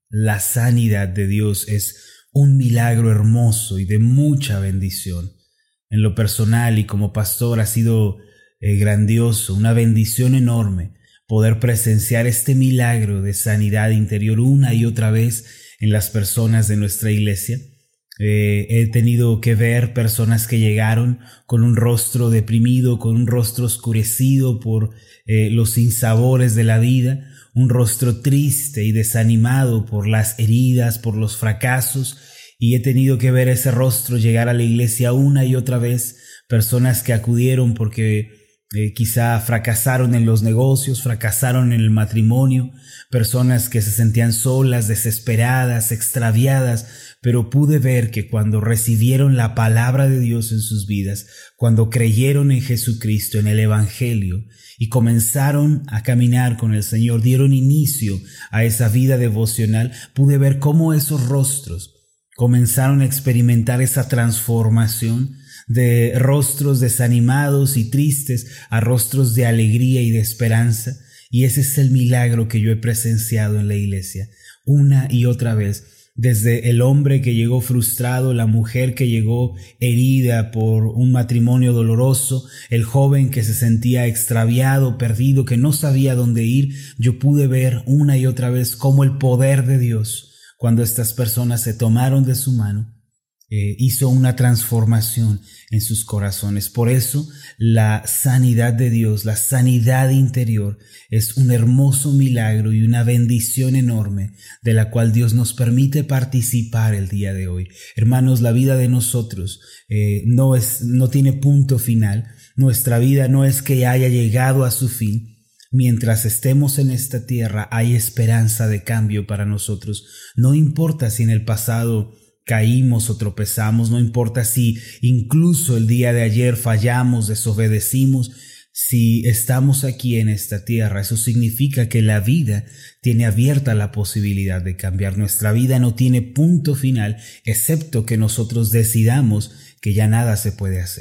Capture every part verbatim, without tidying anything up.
La sanidad de Dios es un milagro hermoso y de mucha bendición. En lo personal y como pastor ha sido eh, grandioso, una bendición enorme poder presenciar este milagro de sanidad interior una y otra vez en las personas de nuestra iglesia. Eh, he tenido que ver personas que llegaron con un rostro deprimido, con un rostro oscurecido por eh, los sinsabores de la vida, un rostro triste y desanimado por las heridas, por los fracasos, y he tenido que ver ese rostro llegar a la iglesia una y otra vez, personas que acudieron porque eh, quizá fracasaron en los negocios, fracasaron en el matrimonio, personas que se sentían solas, desesperadas, extraviadas, pero pude ver que cuando recibieron la palabra de Dios en sus vidas, cuando creyeron en Jesucristo, en el Evangelio, y comenzaron a caminar con el Señor, dieron inicio a esa vida devocional, pude ver cómo esos rostros comenzaron a experimentar esa transformación de rostros desanimados y tristes a rostros de alegría y de esperanza. Y ese es el milagro que yo he presenciado en la iglesia una y otra vez. Desde el hombre que llegó frustrado, la mujer que llegó herida por un matrimonio doloroso, el joven que se sentía extraviado, perdido, que no sabía dónde ir, yo pude ver una y otra vez cómo el poder de Dios, cuando estas personas se tomaron de su mano, eh, hizo una transformación en sus corazones. Por eso la sanidad de Dios, la sanidad interior, es un hermoso milagro y una bendición enorme de la cual Dios nos permite participar el día de hoy. Hermanos, la vida de nosotros eh, no es, no tiene punto final. Nuestra vida no es que haya llegado a su fin. Mientras estemos en esta tierra hay esperanza de cambio para nosotros. No importa si en el pasado caímos o tropezamos, no importa si incluso el día de ayer fallamos, desobedecimos, si estamos aquí en esta tierra, eso significa que la vida tiene abierta la posibilidad de cambiar. Nuestra vida no tiene punto final, excepto que nosotros decidamos que ya nada se puede hacer.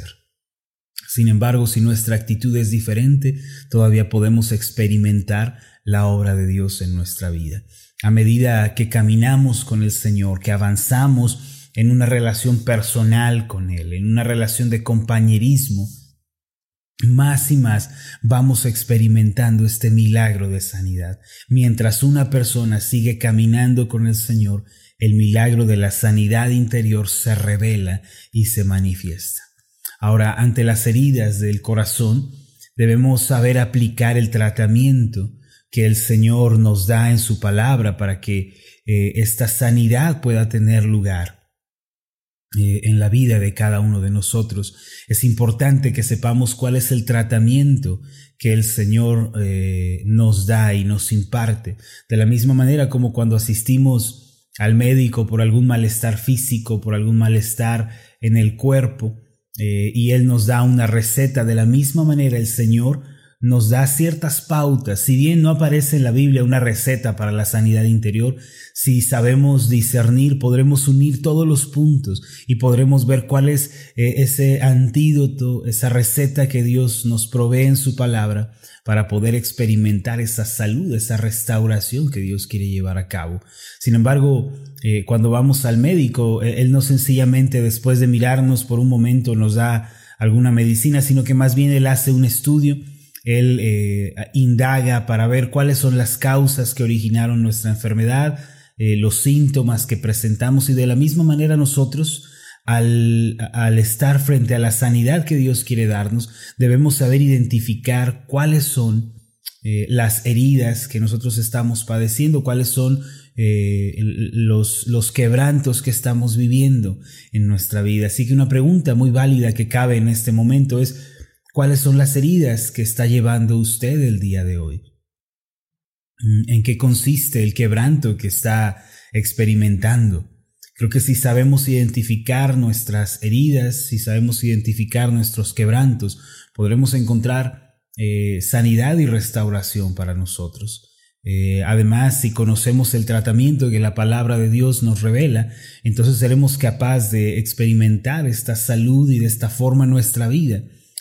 Sin embargo, si nuestra actitud es diferente, todavía podemos experimentar la obra de Dios en nuestra vida. A medida que caminamos con el Señor, que avanzamos en una relación personal con Él, en una relación de compañerismo, más y más vamos experimentando este milagro de sanidad. Mientras una persona sigue caminando con el Señor, el milagro de la sanidad interior se revela y se manifiesta. Ahora, ante las heridas del corazón, debemos saber aplicar el tratamiento que el Señor nos da en su palabra para que eh, esta sanidad pueda tener lugar eh, en la vida de cada uno de nosotros. Es importante que sepamos cuál es el tratamiento que el Señor eh, nos da y nos imparte. De la misma manera como cuando asistimos al médico por algún malestar físico, por algún malestar en el cuerpo, Eh, y Él nos da una receta. De la misma manera el Señor nos da ciertas pautas. Si bien no aparece en la Biblia una receta para la sanidad interior, si sabemos discernir, podremos unir todos los puntos y podremos ver cuál es eh, ese antídoto, esa receta que Dios nos provee en su palabra para poder experimentar esa salud, esa restauración que Dios quiere llevar a cabo. Sin embargo, eh, cuando vamos al médico, Él no sencillamente después de mirarnos por un momento nos da alguna medicina, sino que más bien Él hace un estudio. Él eh, indaga para ver cuáles son las causas que originaron nuestra enfermedad, eh, los síntomas que presentamos, y de la misma manera nosotros, al, al estar frente a la sanidad que Dios quiere darnos, debemos saber identificar cuáles son eh, las heridas que nosotros estamos padeciendo, cuáles son eh, los, los quebrantos que estamos viviendo en nuestra vida. Así que una pregunta muy válida que cabe en este momento es: ¿cuáles son las heridas que está llevando usted el día de hoy? ¿En qué consiste el quebranto que está experimentando? Creo que si sabemos identificar nuestras heridas, si sabemos identificar nuestros quebrantos, podremos encontrar eh, sanidad y restauración para nosotros. Eh, además, si conocemos el tratamiento que la palabra de Dios nos revela, entonces seremos capaces de experimentar esta salud y de esta forma nuestra vida.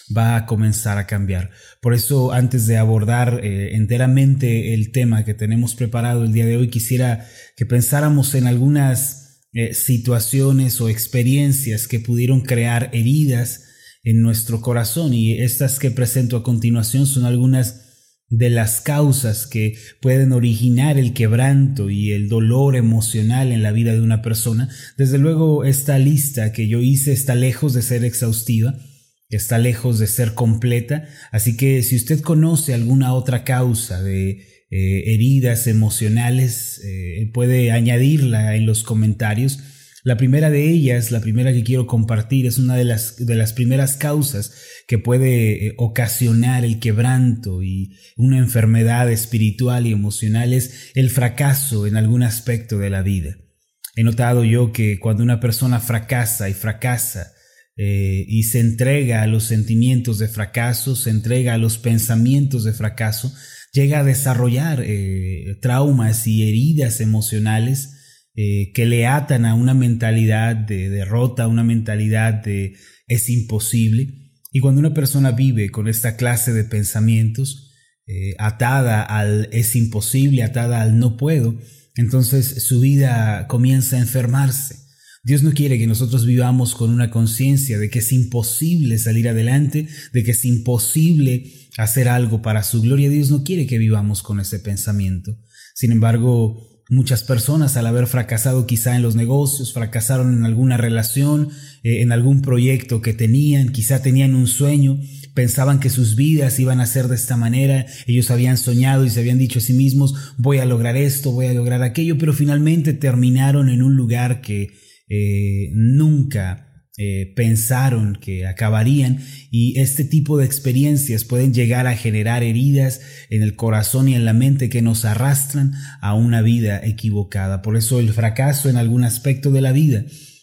va a comenzar a cambiar. Por eso, antes de abordar eh, enteramente el tema que tenemos preparado el día de hoy, quisiera que pensáramos en algunas eh, situaciones o experiencias que pudieron crear heridas en nuestro corazón, y estas que presento a continuación son algunas de las causas que pueden originar el quebranto y el dolor emocional en la vida de una persona. Desde luego, esta lista que yo hice está lejos de ser exhaustiva, está lejos de ser completa, así que si usted conoce alguna otra causa de eh, heridas emocionales, eh, puede añadirla en los comentarios. La primera de ellas, la primera que quiero compartir, es una de las, de las primeras causas que puede eh, ocasionar el quebranto y una enfermedad espiritual y emocional, es el fracaso en algún aspecto de la vida. He notado yo que cuando una persona fracasa y fracasa eh, y se entrega a los sentimientos de fracaso, se entrega a los pensamientos de fracaso, llega a desarrollar eh, traumas y heridas emocionales Eh, que le atan a una mentalidad de derrota, una mentalidad de es imposible. Y cuando una persona vive con esta clase de pensamientos, eh, atada al es imposible, atada al no puedo, entonces su vida comienza a enfermarse. Dios no quiere que nosotros vivamos con una conciencia de que es imposible salir adelante, de que es imposible hacer algo para su gloria. Dios no quiere que vivamos con ese pensamiento. Sin embargo, muchas personas, al haber fracasado quizá en los negocios, fracasaron en alguna relación, eh, en algún proyecto que tenían, quizá tenían un sueño, pensaban que sus vidas iban a ser de esta manera, ellos habían soñado y se habían dicho a sí mismos, voy a lograr esto, voy a lograr aquello, pero finalmente terminaron en un lugar que eh, nunca Eh, pensaron que acabarían, y este tipo de experiencias pueden llegar a generar heridas en el corazón y en la mente que nos arrastran a una vida equivocada. Por eso el fracaso en algún aspecto de la vida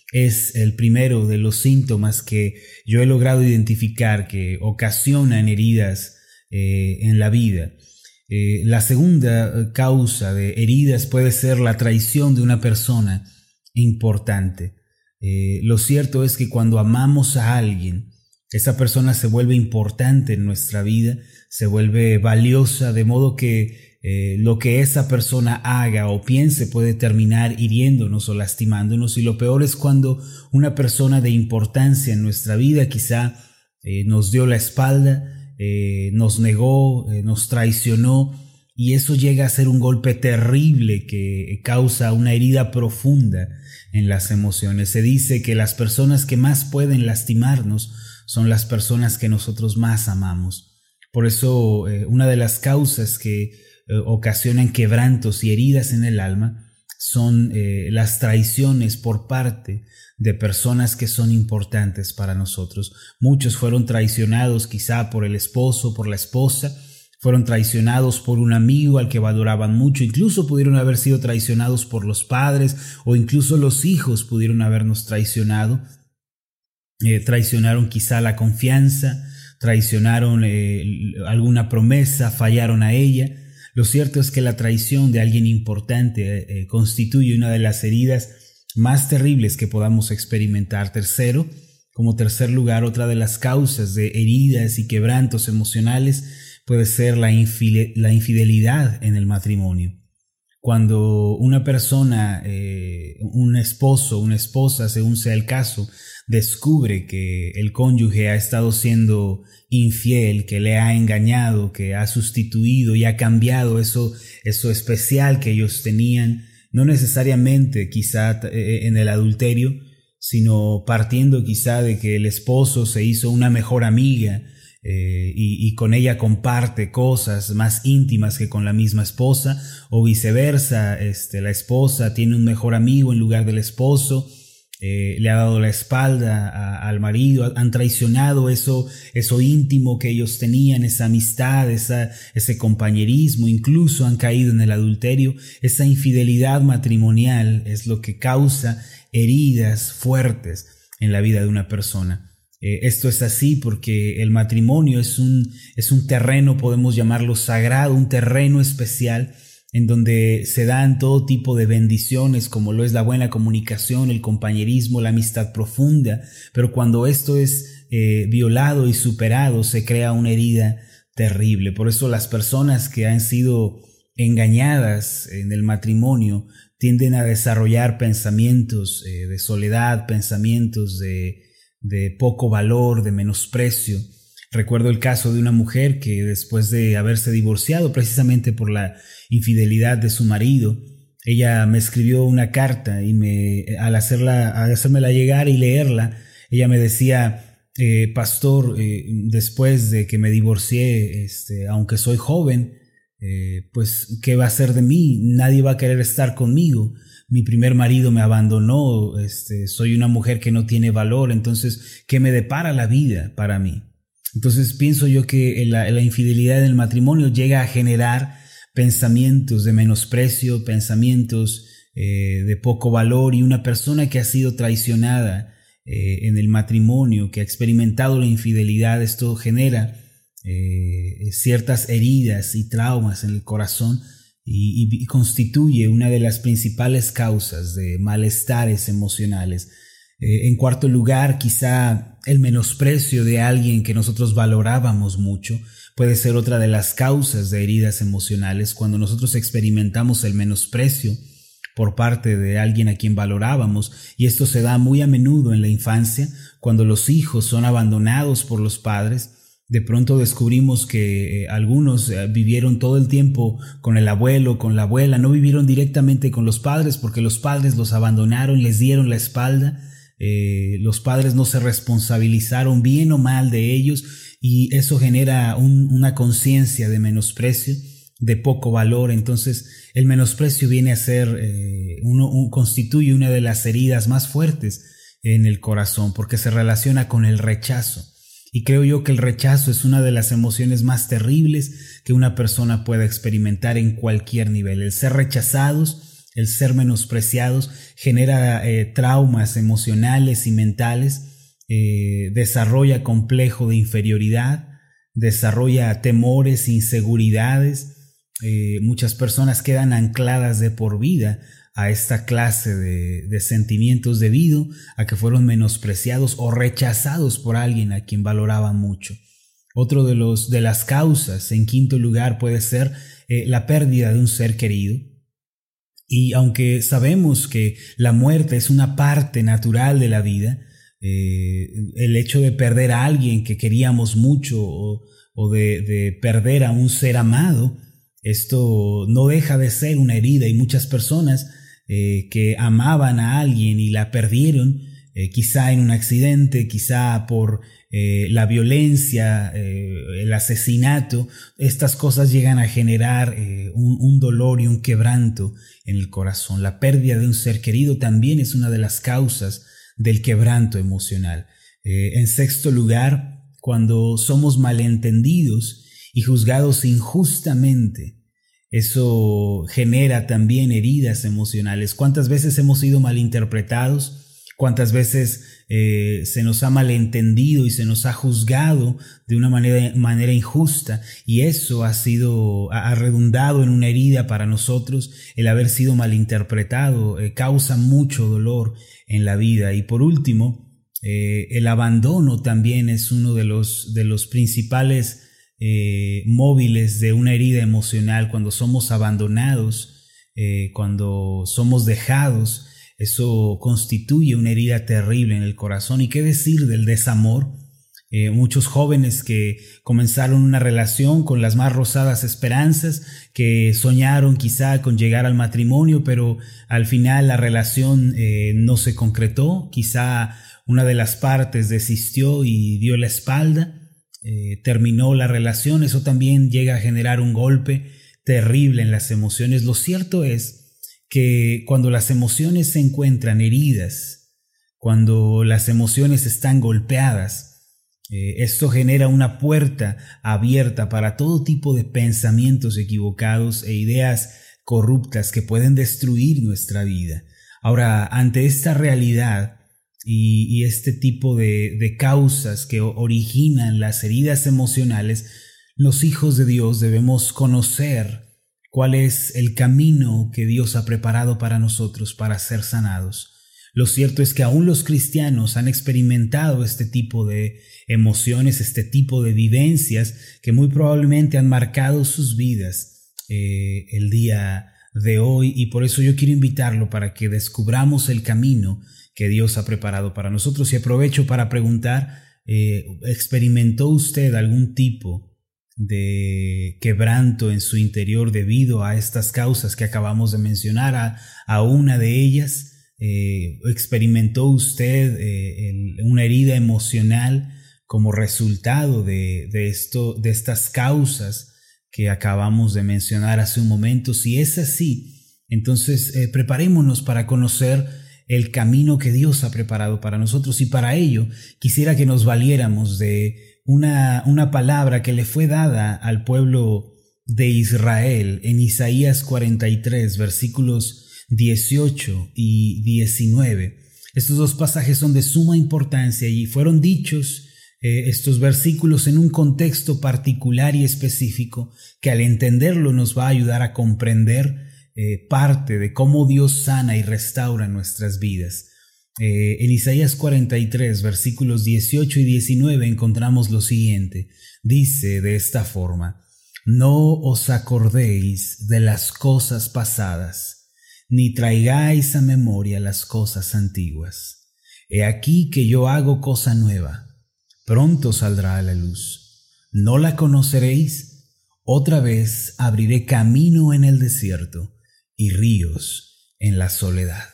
es el primero de los síntomas que yo he logrado identificar que ocasionan heridas eh, en la vida. Eh, la segunda causa de heridas puede ser la traición de una persona importante. Eh, lo cierto es que cuando amamos a alguien, esa persona se vuelve importante en nuestra vida, se vuelve valiosa, de modo que eh, lo que esa persona haga o piense puede terminar hiriéndonos o lastimándonos. Y lo peor es cuando una persona de importancia en nuestra vida quizá eh, nos dio la espalda, eh, nos negó, eh, nos traicionó, y eso llega a ser un golpe terrible que causa una herida profunda en las emociones. Se dice que las personas que más pueden lastimarnos son las personas que nosotros más amamos. Por eso eh, una de las causas que eh, ocasionan quebrantos y heridas en el alma son eh, las traiciones por parte de personas que son importantes para nosotros. Muchos fueron traicionados quizá por el esposo, por la esposa, fueron traicionados por un amigo al que valoraban mucho, incluso pudieron haber sido traicionados por los padres, o incluso los hijos pudieron habernos traicionado. Eh, traicionaron quizá la confianza, traicionaron eh, alguna promesa, fallaron a ella. Lo cierto es que la traición de alguien importante eh, constituye una de las heridas más terribles que podamos experimentar. Tercero, como tercer lugar, otra de las causas de heridas y quebrantos emocionales puede ser la, infide- la infidelidad en el matrimonio. Cuando una persona, eh, un esposo, una esposa, según sea el caso, descubre que el cónyuge ha estado siendo infiel, que le ha engañado, que ha sustituido y ha cambiado eso, eso especial que ellos tenían, no necesariamente quizá en el adulterio, sino partiendo quizá de que el esposo se hizo una mejor amiga, Eh, y, y con ella comparte cosas más íntimas que con la misma esposa, o viceversa, este, la esposa tiene un mejor amigo en lugar del esposo, eh, le ha dado la espalda a, al marido, han traicionado eso, eso íntimo que ellos tenían, esa amistad, esa, ese compañerismo, incluso han caído en el adulterio. Esa infidelidad matrimonial es lo que causa heridas fuertes en la vida de una persona. Eh, esto es así porque el matrimonio es un, es un terreno, podemos llamarlo sagrado, un terreno especial en donde se dan todo tipo de bendiciones, como lo es la buena comunicación, el compañerismo, la amistad profunda. Pero cuando esto es eh, violado y superado, se crea una herida terrible. Por eso las personas que han sido engañadas en el matrimonio tienden a desarrollar pensamientos eh, de soledad, pensamientos de, de poco valor, de menosprecio. Recuerdo el caso de una mujer que después de haberse divorciado precisamente por la infidelidad de su marido, ella me escribió una carta y me, al hacerla, al hacérmela llegar y leerla, ella me decía, eh, pastor, eh, después de que me divorcié, este, aunque soy joven, eh, pues, ¿qué va a ser de mí? Nadie va a querer estar conmigo. Mi primer marido me abandonó, este, soy una mujer que no tiene valor, entonces, ¿qué me depara la vida para mí? Entonces pienso yo que la, la infidelidad en el matrimonio llega a generar pensamientos de menosprecio, pensamientos eh, de poco valor, y una persona que ha sido traicionada eh, en el matrimonio, que ha experimentado la infidelidad, esto genera eh, ciertas heridas y traumas en el corazón y, y, y constituye una de las principales causas de malestares emocionales. Eh, en cuarto lugar, quizá el menosprecio de alguien que nosotros valorábamos mucho puede ser otra de las causas de heridas emocionales. Cuando nosotros experimentamos el menosprecio por parte de alguien a quien valorábamos, y esto se da muy a menudo en la infancia, cuando los hijos son abandonados por los padres, de pronto descubrimos que eh, algunos eh, vivieron todo el tiempo con el abuelo, con la abuela, no vivieron directamente con los padres porque los padres los abandonaron, les dieron la espalda. Eh, los padres no se responsabilizaron bien o mal de ellos, y eso genera un, una conciencia de menosprecio, de poco valor. Entonces el menosprecio viene a ser, eh, uno, un, constituye una de las heridas más fuertes en el corazón, porque se relaciona con el rechazo. Y creo yo que el rechazo es una de las emociones más terribles que una persona pueda experimentar en cualquier nivel. El ser rechazados, el ser menospreciados genera eh, traumas emocionales y mentales, eh, desarrolla complejo de inferioridad, desarrolla temores, inseguridades. Eh, muchas personas quedan ancladas de por vida a esta clase de, de sentimientos debido a que fueron menospreciados o rechazados por alguien a quien valoraban mucho. Otro de, los, de las causas, en quinto lugar, puede ser eh, la pérdida de un ser querido. Y aunque sabemos que la muerte es una parte natural de la vida, eh, el hecho de perder a alguien que queríamos mucho o, o de, de perder a un ser amado, esto no deja de ser una herida, y muchas personas eh, que amaban a alguien y la perdieron, eh, quizá en un accidente, quizá por eh, la violencia, eh, el asesinato, estas cosas llegan a generar eh, un, un dolor y un quebranto en el corazón. La pérdida de un ser querido también es una de las causas del quebranto emocional. Eh, en sexto lugar, cuando somos malentendidos y juzgados injustamente, eso genera también heridas emocionales. ¿Cuántas veces hemos sido malinterpretados? ¿Cuántas veces eh, se nos ha malentendido y se nos ha juzgado de una manera, manera injusta? Y eso ha sido, ha redundado en una herida para nosotros. El haber sido malinterpretado eh, causa mucho dolor en la vida. Y por último, eh, el abandono también es uno de los, de los principales eh, móviles de una herida emocional. Cuando somos abandonados, eh, cuando somos dejados, eso constituye una herida terrible en el corazón. ¿Y qué decir del desamor? Eh, muchos jóvenes que comenzaron una relación con las más rosadas esperanzas, que soñaron quizá con llegar al matrimonio, pero al final la relación eh, no se concretó. Quizá una de las partes desistió y dio la espalda, eh, terminó la relación. Eso también llega a generar un golpe terrible en las emociones. Lo cierto es que cuando las emociones se encuentran heridas, cuando las emociones están golpeadas, eh, esto genera una puerta abierta para todo tipo de pensamientos equivocados e ideas corruptas que pueden destruir nuestra vida. Ahora, ante esta realidad y, y este tipo de, de causas que originan las heridas emocionales, los hijos de Dios debemos conocer cuál es el camino que Dios ha preparado para nosotros para ser sanados. Lo cierto es que aún los cristianos han experimentado este tipo de emociones, este tipo de vivencias que muy probablemente han marcado sus vidas eh, el día de hoy, y por eso yo quiero invitarlo para que descubramos el camino que Dios ha preparado para nosotros. Y aprovecho para preguntar, eh, ¿experimentó usted algún tipo de quebranto en su interior debido a estas causas que acabamos de mencionar, a, a una de ellas? Eh, ¿Experimentó usted eh, el, una herida emocional como resultado de, de, esto, de estas causas que acabamos de mencionar hace un momento? Si es así, entonces eh, preparémonos para conocer el camino que Dios ha preparado para nosotros, y para ello quisiera que nos valiéramos de una, una palabra que le fue dada al pueblo de Israel en Isaías cuarenta y tres, versículos dieciocho y diecinueve. Estos dos pasajes son de suma importancia y fueron dichos eh, estos versículos en un contexto particular y específico que, al entenderlo, nos va a ayudar a comprender eh, parte de cómo Dios sana y restaura nuestras vidas. Eh, en Isaías cuarenta y tres, versículos dieciocho y diecinueve, encontramos lo siguiente. Dice de esta forma: no os acordéis de las cosas pasadas, ni traigáis a memoria las cosas antiguas. He aquí que yo hago cosa nueva, pronto saldrá a la luz. ¿No la conoceréis? Otra vez abriré camino en el desierto y ríos en la soledad.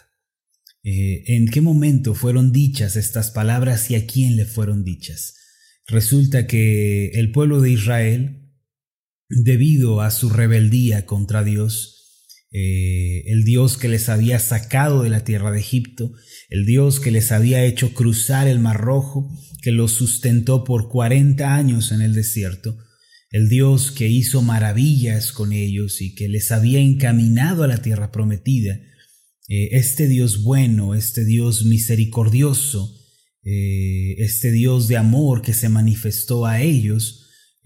Eh, ¿En qué momento fueron dichas estas palabras y a quién le fueron dichas? Resulta que el pueblo de Israel, debido a su rebeldía contra Dios, Eh, el Dios que les había sacado de la tierra de Egipto, el Dios que les había hecho cruzar el Mar Rojo, que los sustentó por cuarenta años en el desierto, el Dios que hizo maravillas con ellos y que les había encaminado a la tierra prometida, eh, este Dios bueno, este Dios misericordioso, eh, este Dios de amor que se manifestó a ellos,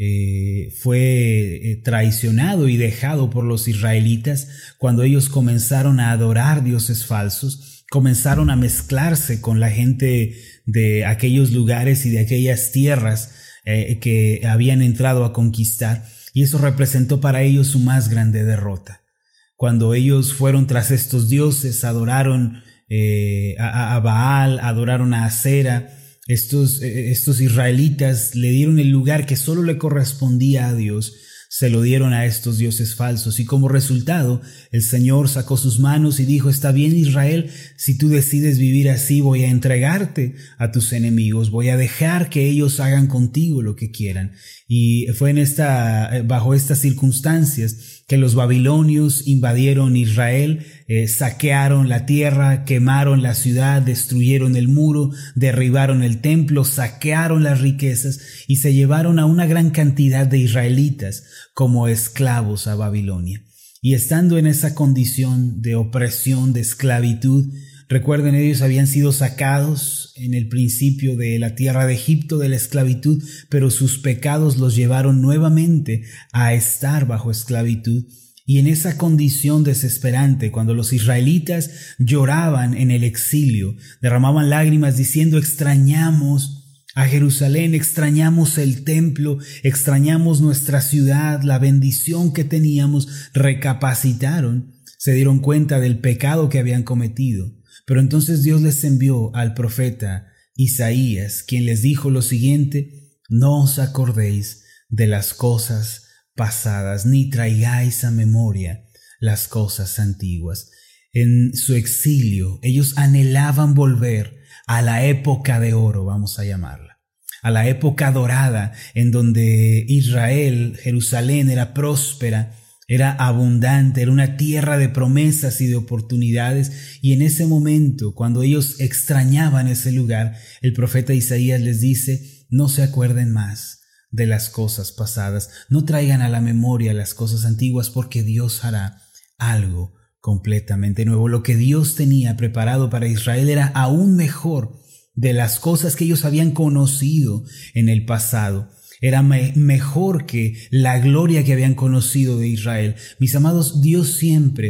Eh, fue eh, traicionado y dejado por los israelitas cuando ellos comenzaron a adorar dioses falsos, comenzaron a mezclarse con la gente de aquellos lugares y de aquellas tierras eh, que habían entrado a conquistar, y eso representó para ellos su más grande derrota. Cuando ellos fueron tras estos dioses, adoraron eh, a, a Baal, adoraron a Acera. Estos, estos israelitas le dieron el lugar que solo le correspondía a Dios, se lo dieron a estos dioses falsos, y como resultado el Señor sacó sus manos y dijo: está bien, Israel, si tú decides vivir así, voy a entregarte a tus enemigos, voy a dejar que ellos hagan contigo lo que quieran. Y fue en esta, bajo estas circunstancias que los babilonios invadieron Israel, eh, saquearon la tierra, quemaron la ciudad, destruyeron el muro, derribaron el templo, saquearon las riquezas y se llevaron a una gran cantidad de israelitas como esclavos a Babilonia. Y estando en esa condición de opresión, de esclavitud, recuerden, ellos habían sido sacados en el principio de la tierra de Egipto, de la esclavitud, pero sus pecados los llevaron nuevamente a estar bajo esclavitud. Y en esa condición desesperante, cuando los israelitas lloraban en el exilio, derramaban lágrimas diciendo: extrañamos a Jerusalén, extrañamos el templo, extrañamos nuestra ciudad, la bendición que teníamos, recapacitaron, se dieron cuenta del pecado que habían cometido. Pero entonces Dios les envió al profeta Isaías, quien les dijo lo siguiente: no os acordéis de las cosas pasadas, ni traigáis a memoria las cosas antiguas. En su exilio, ellos anhelaban volver a la época de oro, vamos a llamarla, a la época dorada, en donde Israel, Jerusalén, era próspera, era abundante, era una tierra de promesas y de oportunidades. Y en ese momento, cuando ellos extrañaban ese lugar, el profeta Isaías les dice: no se acuerden más de las cosas pasadas, no traigan a la memoria las cosas antiguas, porque Dios hará algo completamente nuevo. Lo que Dios tenía preparado para Israel era aún mejor de las cosas que ellos habían conocido en el pasado. Era me- mejor que la gloria que habían conocido de Israel. Mis amados, Dios siempre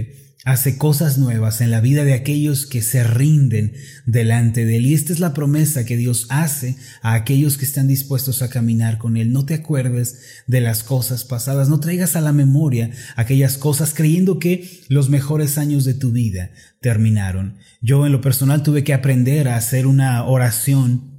hace cosas nuevas en la vida de aquellos que se rinden delante de Él. Y esta es la promesa que Dios hace a aquellos que están dispuestos a caminar con Él. No te acuerdes de las cosas pasadas, no traigas a la memoria aquellas cosas creyendo que los mejores años de tu vida terminaron. Yo en lo personal tuve que aprender a hacer una oración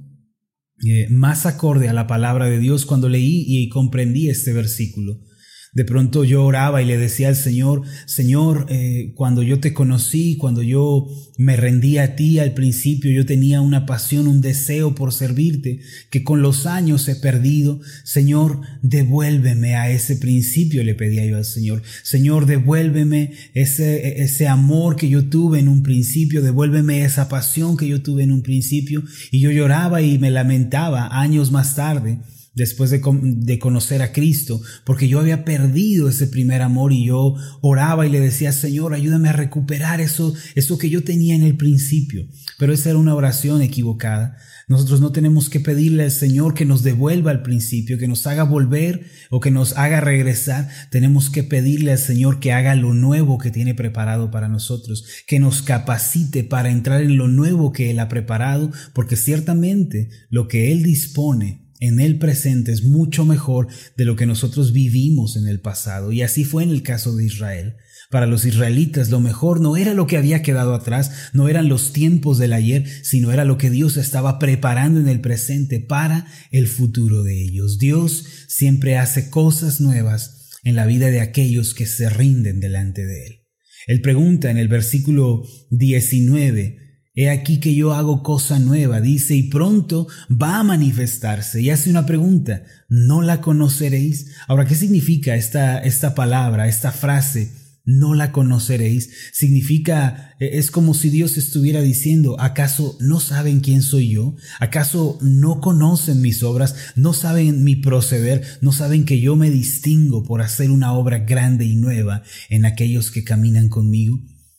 eh, más acorde a la palabra de Dios cuando leí y comprendí este versículo. De pronto yo oraba y le decía al Señor, Señor, eh, cuando yo te conocí, cuando yo me rendí a ti al principio, yo tenía una pasión, un deseo por servirte, que con los años he perdido. Señor, devuélveme a ese principio, le pedía yo al Señor. Señor, devuélveme ese, ese amor que yo tuve en un principio, devuélveme esa pasión que yo tuve en un principio. Y yo lloraba y me lamentaba años más tarde, después de, de conocer a Cristo, porque yo había perdido ese primer amor y yo oraba y le decía, Señor, ayúdame a recuperar eso, eso que yo tenía en el principio. Pero esa era una oración equivocada. Nosotros no tenemos que pedirle al Señor que nos devuelva al principio, que nos haga volver o que nos haga regresar. Tenemos que pedirle al Señor que haga lo nuevo que tiene preparado para nosotros, que nos capacite para entrar en lo nuevo que Él ha preparado, porque ciertamente lo que Él dispone en el presente es mucho mejor de lo que nosotros vivimos en el pasado. Y así fue en el caso de Israel. Para los israelitas lo mejor no era lo que había quedado atrás, no eran los tiempos del ayer, sino era lo que Dios estaba preparando en el presente para el futuro de ellos. Dios siempre hace cosas nuevas en la vida de aquellos que se rinden delante de Él. Él pregunta en el versículo diecinueve, He aquí que yo hago cosa nueva, dice, y pronto va a manifestarse. Y hace una pregunta, ¿no la conoceréis? Ahora, ¿qué significa esta, esta palabra, esta frase, no la conoceréis? Significa, es como si Dios estuviera diciendo, ¿acaso no saben quién soy yo? ¿Acaso no conocen mis obras? ¿No saben mi proceder? ¿No saben que yo me distingo por hacer una obra grande y nueva en aquellos que caminan conmigo?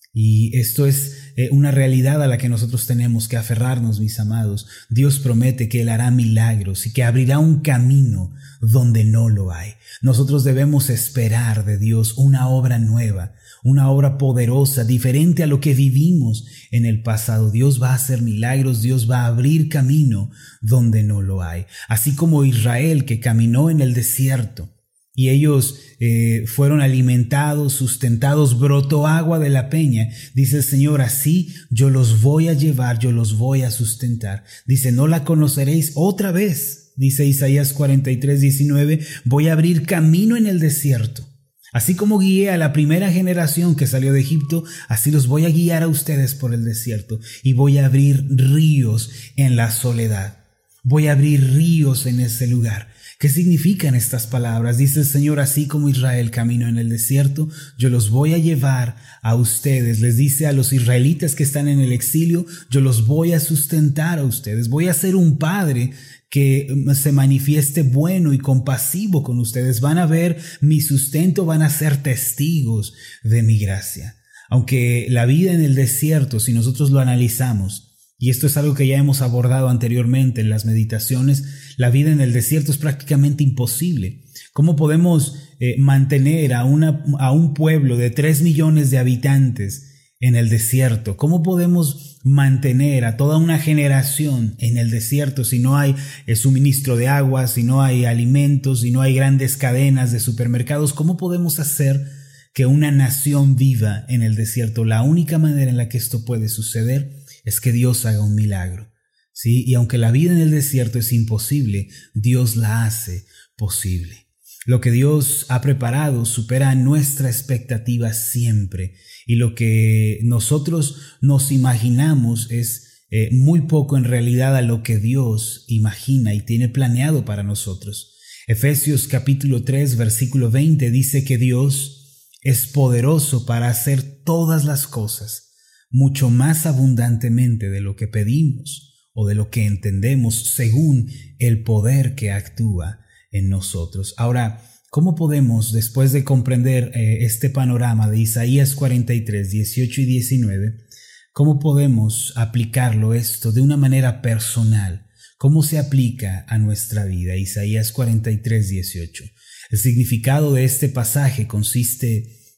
Y esto es eh, una realidad a la que nosotros tenemos que aferrarnos, mis amados. Dios promete que Él hará milagros y que abrirá un camino donde no lo hay. Nosotros debemos esperar de Dios una obra nueva, una obra poderosa, diferente a lo que vivimos en el pasado. Dios va a hacer milagros, Dios va a abrir camino donde no lo hay. Así como Israel, que caminó en el desierto, y ellos eh, fueron alimentados, sustentados, brotó agua de la peña. Dice el Señor, así yo los voy a llevar, yo los voy a sustentar. Dice, no la conoceréis otra vez. Dice Isaías cuarenta y tres, diecinueve, voy a abrir camino en el desierto. Así como guié a la primera generación que salió de Egipto, así los voy a guiar a ustedes por el desierto. Y voy a abrir ríos en la soledad. Voy a abrir ríos en ese lugar. ¿Qué significan estas palabras? Dice el Señor, así como Israel caminó en el desierto, yo los voy a llevar a ustedes. Les dice a los israelitas que están en el exilio, yo los voy a sustentar a ustedes. Voy a ser un padre que se manifieste bueno y compasivo con ustedes. Van a ver mi sustento, van a ser testigos de mi gracia. Aunque la vida en el desierto, si nosotros lo analizamos, y esto es algo que ya hemos abordado anteriormente en las meditaciones, la vida en el desierto es prácticamente imposible. ¿Cómo podemos eh, mantener a, una, a un pueblo de tres millones de habitantes en el desierto? ¿Cómo podemos mantener a toda una generación en el desierto si no hay eh, suministro de agua, si no hay alimentos, si no hay grandes cadenas de supermercados? ¿Cómo podemos hacer que una nación viva en el desierto? La única manera en la que esto puede suceder es que Dios haga un milagro, ¿sí? Y aunque la vida en el desierto es imposible, Dios la hace posible. Lo que Dios ha preparado supera nuestra expectativa siempre, y lo que nosotros nos imaginamos es eh, muy poco en realidad a lo que Dios imagina y tiene planeado para nosotros. Efesios capítulo tres, versículo veinte dice que Dios es poderoso para hacer todas las cosas mucho más abundantemente de lo que pedimos o de lo que entendemos, según el poder que actúa en nosotros. Ahora, ¿cómo podemos, después de comprender eh, este panorama de Isaías cuarenta y tres, dieciocho y diecinueve, cómo podemos aplicarlo esto de una manera personal? ¿Cómo se aplica a nuestra vida? Isaías cuarenta y tres, dieciocho. El significado de este pasaje consiste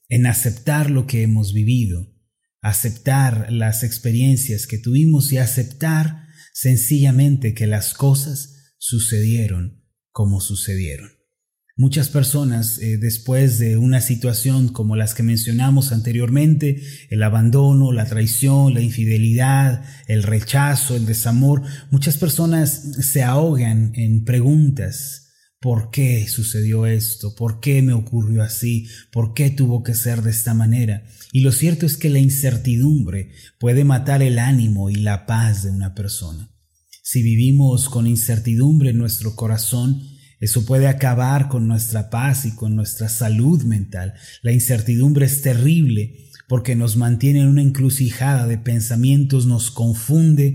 en aceptar lo que hemos vivido, aceptar las experiencias que tuvimos y aceptar sencillamente que las cosas sucedieron como sucedieron. Muchas personas, eh, después de una situación como las que mencionamos anteriormente, el abandono, la traición, la infidelidad, el rechazo, el desamor, muchas personas se ahogan en preguntas. ¿Por qué sucedió esto? ¿Por qué me ocurrió así? ¿Por qué tuvo que ser de esta manera? Y lo cierto es que la incertidumbre puede matar el ánimo y la paz de una persona. Si vivimos con incertidumbre en nuestro corazón, eso puede acabar con nuestra paz y con nuestra salud mental. La incertidumbre es terrible porque nos mantiene en una encrucijada de pensamientos, nos confunde,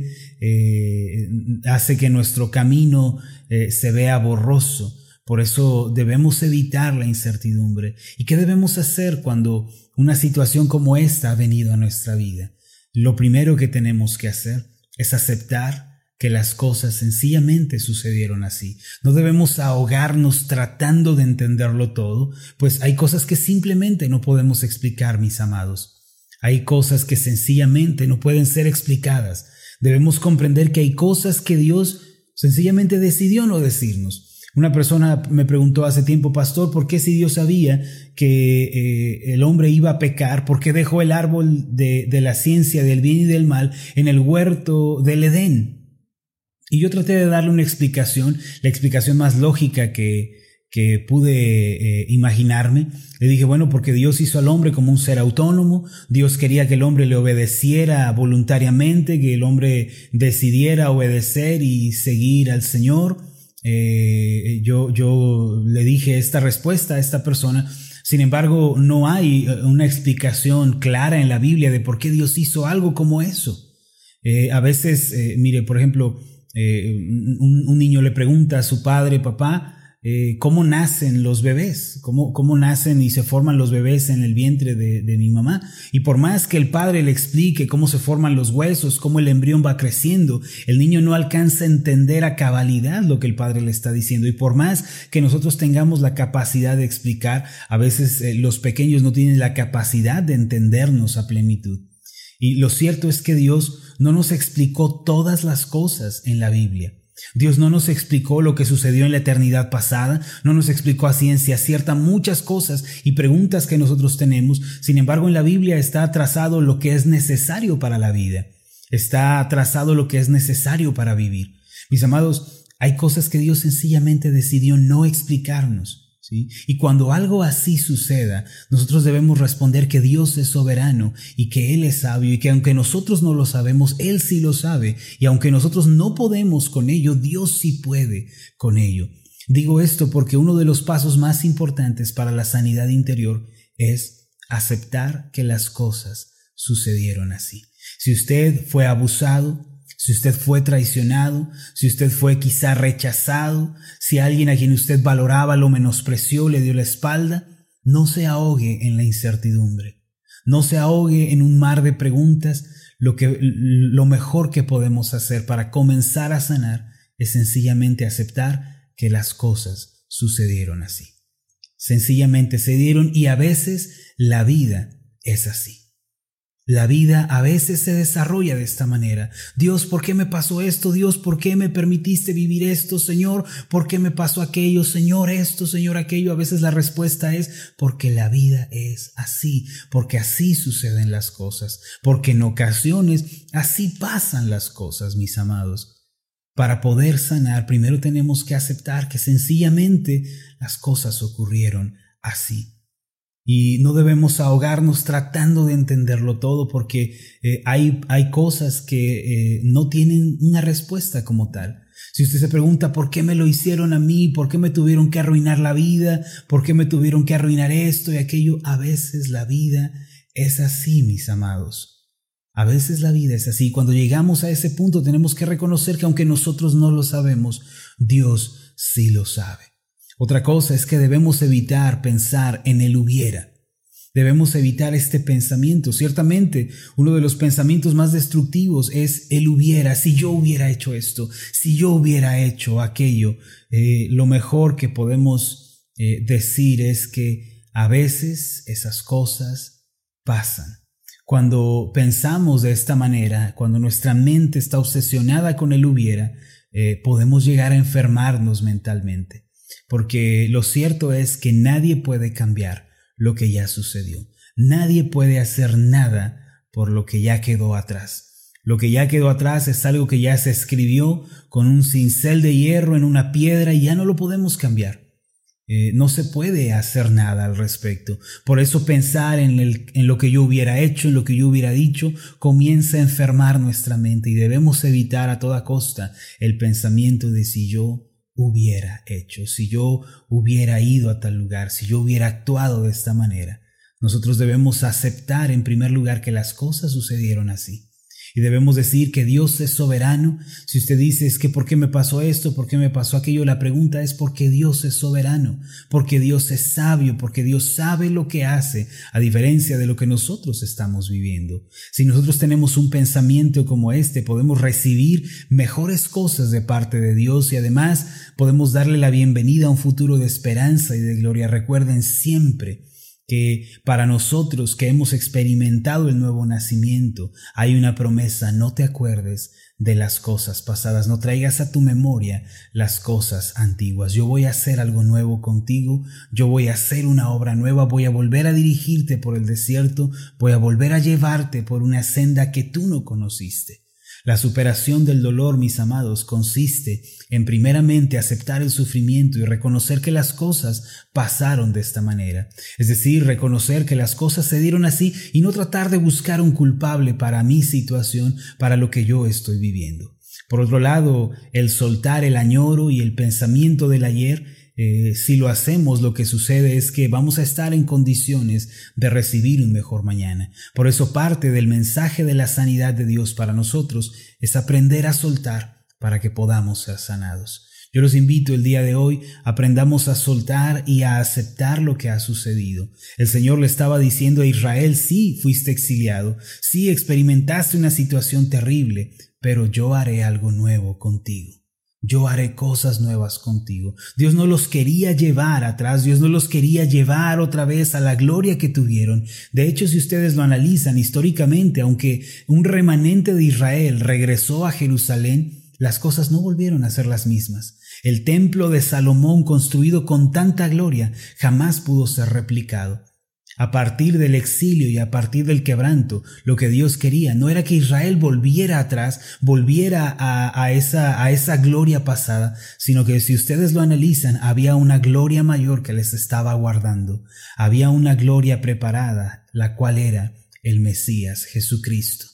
eh, hace que nuestro camino eh, se vea borroso. Por eso debemos evitar la incertidumbre. ¿Y qué debemos hacer cuando una situación como esta ha venido a nuestra vida? Lo primero que tenemos que hacer es aceptar que las cosas sencillamente sucedieron así. No debemos ahogarnos tratando de entenderlo todo, pues hay cosas que simplemente no podemos explicar, mis amados. Hay cosas que sencillamente no pueden ser explicadas. Debemos comprender que hay cosas que Dios sencillamente decidió no decirnos. Una persona me preguntó hace tiempo, pastor, ¿por qué si Dios sabía que eh, el hombre iba a pecar, por qué dejó el árbol de, de la ciencia del bien y del mal en el huerto del Edén? Y yo traté de darle una explicación, la explicación más lógica que, que pude eh, imaginarme. Le dije, bueno, porque Dios hizo al hombre como un ser autónomo, Dios quería que el hombre le obedeciera voluntariamente, que el hombre decidiera obedecer y seguir al Señor. Eh, yo, yo le dije esta respuesta a esta persona. Sin embargo, no hay una explicación clara en la Biblia de por qué Dios hizo algo como eso. Eh, a veces, eh, mire, por ejemplo, Eh, un, un niño le pregunta a su padre, papá, eh, ¿cómo nacen los bebés? ¿Cómo, ¿Cómo nacen y se forman los bebés en el vientre de, de mi mamá? Y por más que el padre le explique cómo se forman los huesos, cómo el embrión va creciendo, el niño no alcanza a entender a cabalidad lo que el padre le está diciendo. Y por más que nosotros tengamos la capacidad de explicar, a veces eh, los pequeños no tienen la capacidad de entendernos a plenitud. Y lo cierto es que Dios no nos explicó todas las cosas en la Biblia. Dios no nos explicó lo que sucedió en la eternidad pasada, no nos explicó a ciencia cierta muchas cosas y preguntas que nosotros tenemos. Sin embargo, en la Biblia está trazado lo que es necesario para la vida. Está trazado lo que es necesario para vivir. Mis amados, hay cosas que Dios sencillamente decidió no explicarnos. ¿Sí? Y cuando algo así suceda, nosotros debemos responder que Dios es soberano y que Él es sabio y que aunque nosotros no lo sabemos, Él sí lo sabe, y aunque nosotros no podemos con ello, Dios sí puede con ello. Digo esto porque uno de los pasos más importantes para la sanidad interior es aceptar que las cosas sucedieron así. Si usted fue abusado, si usted fue traicionado, si usted fue quizá rechazado, si alguien a quien usted valoraba lo menospreció, le dio la espalda, no se ahogue en la incertidumbre. No se ahogue en un mar de preguntas. Lo que, lo mejor que podemos hacer para comenzar a sanar es sencillamente aceptar que las cosas sucedieron así. Sencillamente se dieron, y a veces la vida es así. La vida a veces se desarrolla de esta manera. Dios, ¿por qué me pasó esto? Dios, ¿por qué me permitiste vivir esto? Señor, ¿por qué me pasó aquello? Señor, esto, Señor, aquello. A veces la respuesta es porque la vida es así, porque así suceden las cosas, porque en ocasiones así pasan las cosas, mis amados. Para poder sanar, primero tenemos que aceptar que sencillamente las cosas ocurrieron así. Y no debemos ahogarnos tratando de entenderlo todo, porque eh, hay, hay cosas que eh, no tienen una respuesta como tal. Si usted se pregunta ¿por qué me lo hicieron a mí? ¿Por qué me tuvieron que arruinar la vida? ¿Por qué me tuvieron que arruinar esto y aquello? A veces la vida es así, mis amados. A veces la vida es así. Cuando llegamos a ese punto tenemos que reconocer que aunque nosotros no lo sabemos, Dios sí lo sabe. Otra cosa es que debemos evitar pensar en el hubiera. Debemos evitar este pensamiento. Ciertamente, uno de los pensamientos más destructivos es el hubiera. Si yo hubiera hecho esto, si yo hubiera hecho aquello. Eh, lo mejor que podemos eh, decir es que a veces esas cosas pasan. Cuando pensamos de esta manera, cuando nuestra mente está obsesionada con el hubiera, eh, podemos llegar a enfermarnos mentalmente. Porque lo cierto es que nadie puede cambiar lo que ya sucedió. Nadie puede hacer nada por lo que ya quedó atrás. Lo que ya quedó atrás es algo que ya se escribió con un cincel de hierro en una piedra y ya no lo podemos cambiar. Eh, no se puede hacer nada al respecto. Por eso pensar en, el, en lo que yo hubiera hecho, en lo que yo hubiera dicho, comienza a enfermar nuestra mente y debemos evitar a toda costa el pensamiento de si yo hubiera hecho, si yo hubiera ido a tal lugar, si yo hubiera actuado de esta manera. Nosotros debemos aceptar en primer lugar que las cosas sucedieron así. Y debemos decir que Dios es soberano. Si usted dice, es que ¿por qué me pasó esto? ¿Por qué me pasó aquello? La pregunta es porque Dios es soberano, porque Dios es sabio, porque Dios sabe lo que hace, a diferencia de lo que nosotros estamos viviendo. Si nosotros tenemos un pensamiento como este, podemos recibir mejores cosas de parte de Dios y además podemos darle la bienvenida a un futuro de esperanza y de gloria. Recuerden siempre que para nosotros que hemos experimentado el nuevo nacimiento hay una promesa: no te acuerdes de las cosas pasadas, no traigas a tu memoria las cosas antiguas. Yo voy a hacer algo nuevo contigo, yo voy a hacer una obra nueva, voy a volver a dirigirte por el desierto, voy a volver a llevarte por una senda que tú no conociste. La superación del dolor, mis amados, consiste en primeramente aceptar el sufrimiento y reconocer que las cosas pasaron de esta manera. Es decir, reconocer que las cosas se dieron así y no tratar de buscar un culpable para mi situación, para lo que yo estoy viviendo. Por otro lado, el soltar el añoro y el pensamiento del ayer, Eh, si lo hacemos, lo que sucede es que vamos a estar en condiciones de recibir un mejor mañana. Por eso parte del mensaje de la sanidad de Dios para nosotros es aprender a soltar para que podamos ser sanados. Yo los invito el día de hoy, aprendamos a soltar y a aceptar lo que ha sucedido. El Señor le estaba diciendo a Israel: sí, fuiste exiliado, sí, experimentaste una situación terrible, pero yo haré algo nuevo contigo. Yo haré cosas nuevas contigo. Dios no los quería llevar atrás, Dios no los quería llevar otra vez a la gloria que tuvieron. De hecho, si ustedes lo analizan históricamente, aunque un remanente de Israel regresó a Jerusalén, las cosas no volvieron a ser las mismas. El templo de Salomón, construido con tanta gloria, jamás pudo ser replicado. A partir del exilio y a partir del quebranto, lo que Dios quería no era que Israel volviera atrás, volviera a, a, esa, a esa gloria pasada, sino que si ustedes lo analizan, había una gloria mayor que les estaba aguardando. Había una gloria preparada, la cual era el Mesías, Jesucristo.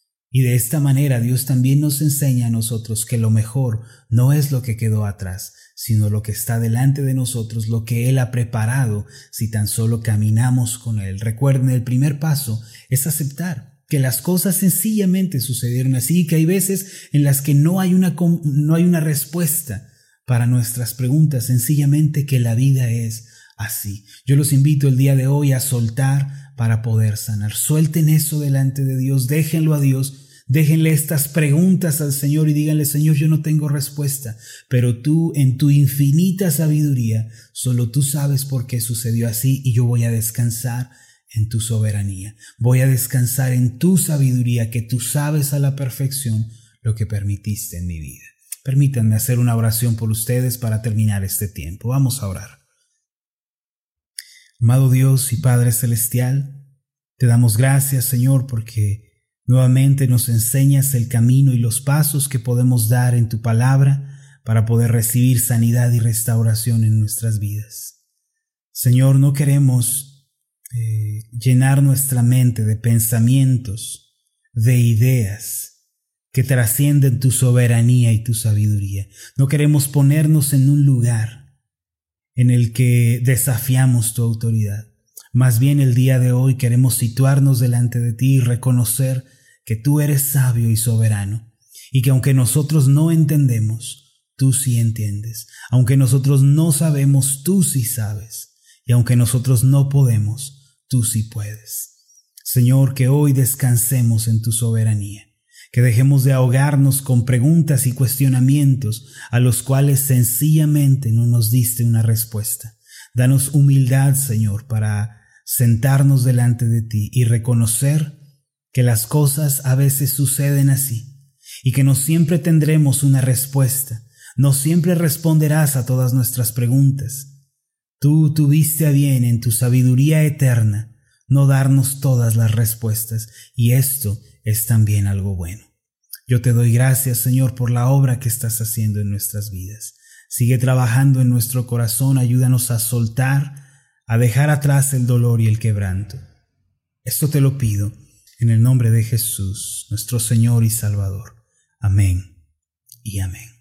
Y de esta manera Dios también nos enseña a nosotros que lo mejor no es lo que quedó atrás, sino lo que está delante de nosotros, lo que Él ha preparado si tan solo caminamos con Él. Recuerden, el primer paso es aceptar que las cosas sencillamente sucedieron así, que hay veces en las que no hay una, no hay una respuesta para nuestras preguntas, sencillamente que la vida es así. Yo los invito el día de hoy a soltar para poder sanar. Suelten eso delante de Dios, déjenlo a Dios. Déjenle estas preguntas al Señor y díganle: Señor, yo no tengo respuesta, pero tú en tu infinita sabiduría, solo tú sabes por qué sucedió así y yo voy a descansar en tu soberanía. Voy a descansar en tu sabiduría, que tú sabes a la perfección lo que permitiste en mi vida. Permítanme hacer una oración por ustedes para terminar este tiempo. Vamos a orar. Amado Dios y Padre Celestial, te damos gracias, Señor, porque nuevamente nos enseñas el camino y los pasos que podemos dar en tu palabra para poder recibir sanidad y restauración en nuestras vidas. Señor, no queremos eh, llenar nuestra mente de pensamientos, de ideas que trascienden tu soberanía y tu sabiduría. No queremos ponernos en un lugar en el que desafiamos tu autoridad. Más bien, el día de hoy queremos situarnos delante de ti y reconocer que tú eres sabio y soberano, y que aunque nosotros no entendemos, tú sí entiendes. Aunque nosotros no sabemos, tú sí sabes. Y aunque nosotros no podemos, tú sí puedes. Señor, que hoy descansemos en tu soberanía, que dejemos de ahogarnos con preguntas y cuestionamientos a los cuales sencillamente no nos diste una respuesta. Danos humildad, Señor, para sentarnos delante de ti y reconocer que las cosas a veces suceden así y que no siempre tendremos una respuesta, no siempre responderás a todas nuestras preguntas. Tú tuviste a bien en tu sabiduría eterna no darnos todas las respuestas, y esto es también algo bueno. Yo te doy gracias, Señor, por la obra que estás haciendo en nuestras vidas. Sigue trabajando en nuestro corazón, ayúdanos a soltar, a dejar atrás el dolor y el quebranto. Esto te lo pido en el nombre de Jesús, nuestro Señor y Salvador. Amén y amén.